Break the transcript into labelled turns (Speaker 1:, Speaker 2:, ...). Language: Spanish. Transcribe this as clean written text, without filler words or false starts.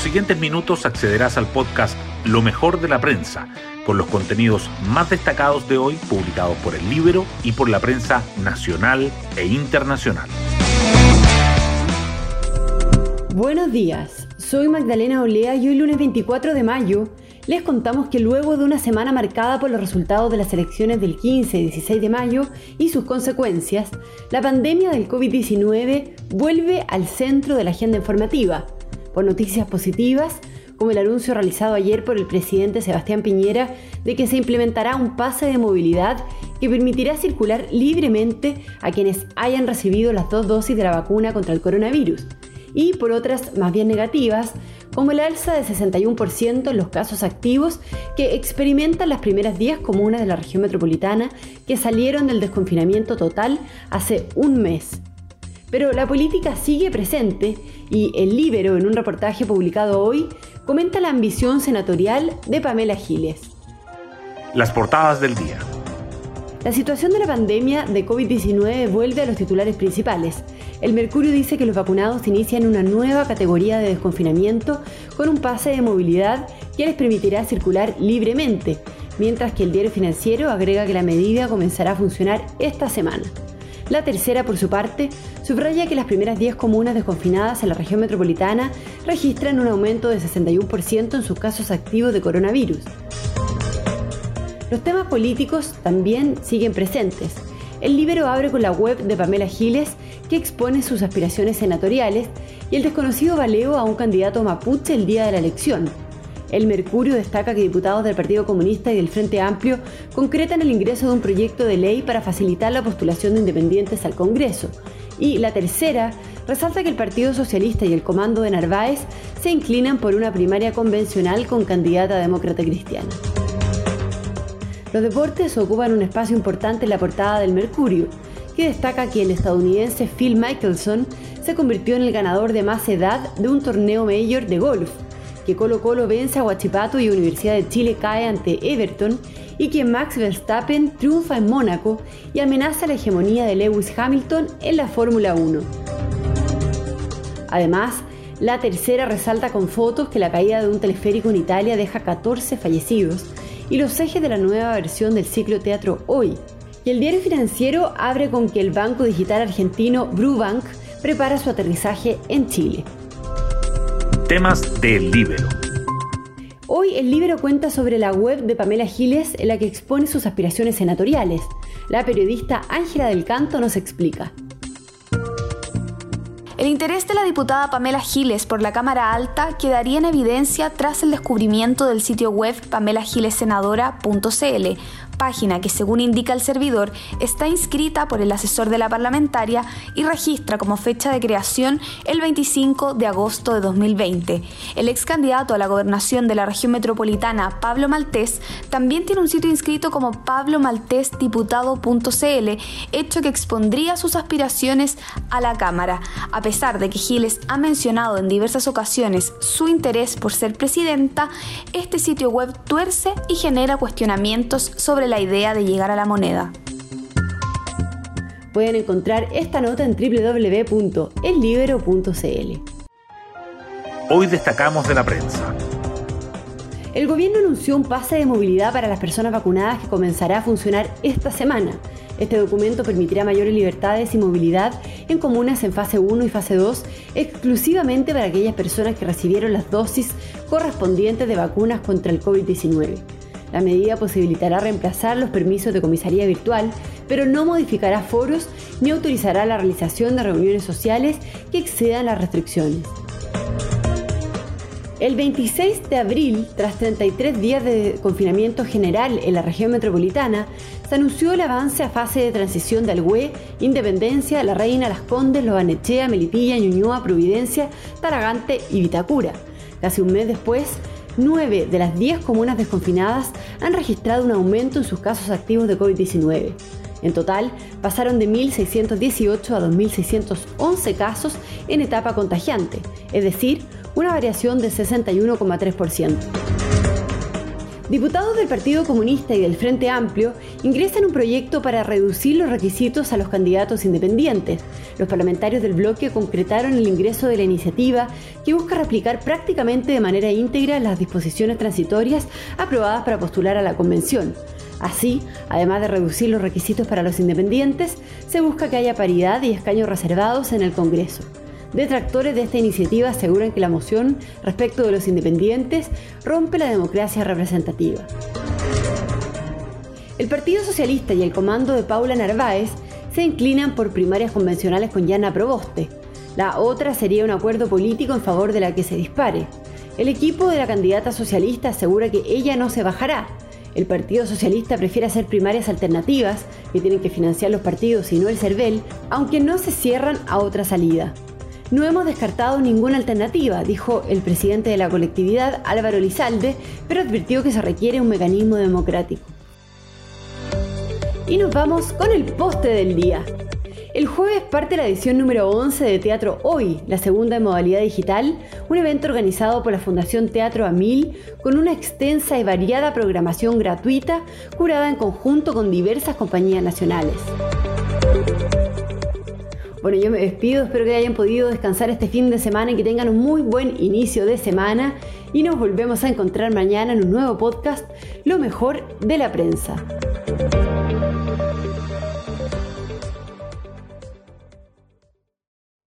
Speaker 1: siguientes minutos accederás al podcast Lo mejor de la prensa, con los contenidos más destacados de hoy publicados por El Líbero y por la prensa nacional e internacional.
Speaker 2: Buenos días, soy Magdalena Olea y hoy lunes 24 de mayo les contamos que luego de una semana marcada por los resultados de las elecciones del 15 y 16 de mayo y sus consecuencias, la pandemia del COVID-19 vuelve al centro de la agenda informativa, por noticias positivas, como el anuncio realizado ayer por el presidente Sebastián Piñera de que se implementará un pase de movilidad que permitirá circular libremente a quienes hayan recibido las 2 dosis de la vacuna contra el coronavirus, y por otras más bien negativas, como el alza de 61% en los casos activos que experimentan las primeras 10 comunas de la región metropolitana que salieron del desconfinamiento total hace un mes. Pero la política sigue presente y El Líbero, en un reportaje publicado hoy, comenta la ambición senatorial de Pamela Giles.
Speaker 1: Las portadas del día.
Speaker 2: La situación de la pandemia de COVID-19 vuelve a los titulares principales. El Mercurio dice que los vacunados inician una nueva categoría de desconfinamiento con un pase de movilidad que les permitirá circular libremente, mientras que el Diario Financiero agrega que la medida comenzará a funcionar esta semana. La Tercera, por su parte, subraya que las primeras 10 comunas desconfinadas en la región metropolitana registran un aumento de 61% en sus casos activos de coronavirus. Los temas políticos también siguen presentes. El Líbero abre con la web de Pamela Giles, que expone sus aspiraciones senatoriales, y el desconocido baleo a un candidato mapuche el día de la elección. El Mercurio destaca que diputados del Partido Comunista y del Frente Amplio concretan el ingreso de un proyecto de ley para facilitar la postulación de independientes al Congreso. Y La Tercera resalta que el Partido Socialista y el Comando de Narváez se inclinan por una primaria convencional con candidata demócrata cristiana. Los deportes ocupan un espacio importante en la portada del Mercurio, que destaca que el estadounidense Phil Mickelson se convirtió en el ganador de más edad de un torneo mayor de golf, que Colo-Colo vence a Huachipato y Universidad de Chile cae ante Everton, y que Max Verstappen triunfa en Mónaco y amenaza la hegemonía de Lewis Hamilton en la Fórmula 1. Además, La Tercera resalta con fotos que la caída de un teleférico en Italia deja 14 fallecidos y los ejes de la nueva versión del ciclo Teatro Hoy. Y el Diario Financiero abre con que el banco digital argentino Brubank prepara su aterrizaje en Chile.
Speaker 1: Temas del Líbero.
Speaker 2: Hoy El Líbero cuenta sobre la web de Pamela Giles en la que expone sus aspiraciones senatoriales. La periodista Ángela del Canto nos explica.
Speaker 3: El interés de la diputada Pamela Giles por la Cámara Alta quedaría en evidencia tras el descubrimiento del sitio web pamelagilesenadora.cl, página que, según indica el servidor, está inscrita por el asesor de la parlamentaria y registra como fecha de creación el 25 de agosto de 2020. El ex candidato a la gobernación de la región metropolitana, Pablo Maltés, también tiene un sitio inscrito como pablomaltesdiputado.cl, hecho que expondría sus aspiraciones a la Cámara. A pesar de que Giles ha mencionado en diversas ocasiones su interés por ser presidenta, este sitio web tuerce y genera cuestionamientos sobre la idea de llegar a la moneda.
Speaker 2: Pueden encontrar esta nota en www.ellibero.cl.
Speaker 1: Hoy destacamos de la prensa.
Speaker 2: El gobierno anunció un pase de movilidad para las personas vacunadas que comenzará a funcionar esta semana. Este documento permitirá mayores libertades y movilidad en comunas en fase 1 y fase 2, exclusivamente para aquellas personas que recibieron las dosis correspondientes de vacunas contra el COVID-19. La medida posibilitará reemplazar los permisos de comisaría virtual, pero no modificará foros ni autorizará la realización de reuniones sociales que excedan las restricciones. El 26 de abril, tras 33 días de confinamiento general en la región metropolitana, se anunció el avance a fase de transición de Alhué, Independencia, La Reina, Las Condes, Lo Barnechea, Melipilla, Ñuñoa, Providencia, Taragante y Vitacura. Casi un mes después, 9 de las 10 comunas desconfinadas han registrado un aumento en sus casos activos de COVID-19. En total, pasaron de 1.618 a 2.611 casos en etapa contagiante, es decir, una variación de 61,3%. Diputados del Partido Comunista y del Frente Amplio ingresan un proyecto para reducir los requisitos a los candidatos independientes. Los parlamentarios del bloque concretaron el ingreso de la iniciativa que busca replicar prácticamente de manera íntegra las disposiciones transitorias aprobadas para postular a la convención. Así, además de reducir los requisitos para los independientes, se busca que haya paridad y escaños reservados en el Congreso. Detractores de esta iniciativa aseguran que la moción respecto de los independientes rompe la democracia representativa. El Partido Socialista y el comando de Paula Narváez se inclinan por primarias convencionales con Yana Proboste. La otra sería un acuerdo político en favor de la que se dispare. El equipo de la candidata socialista asegura que ella no se bajará. El Partido Socialista prefiere hacer primarias alternativas que tienen que financiar los partidos y no el CERVEL, aunque no se cierran a otra salida. No hemos descartado ninguna alternativa, dijo el presidente de la colectividad, Álvaro Elizalde, pero advirtió que se requiere un mecanismo democrático. Y nos vamos con el postre del día. El jueves parte la edición número 11 de Teatro Hoy, la segunda en modalidad digital, un evento organizado por la Fundación Teatro A1000 con una extensa y variada programación gratuita curada en conjunto con diversas compañías nacionales. Bueno, yo me despido, espero que hayan podido descansar este fin de semana y que tengan un muy buen inicio de semana y nos volvemos a encontrar mañana en un nuevo podcast, Lo mejor de la prensa.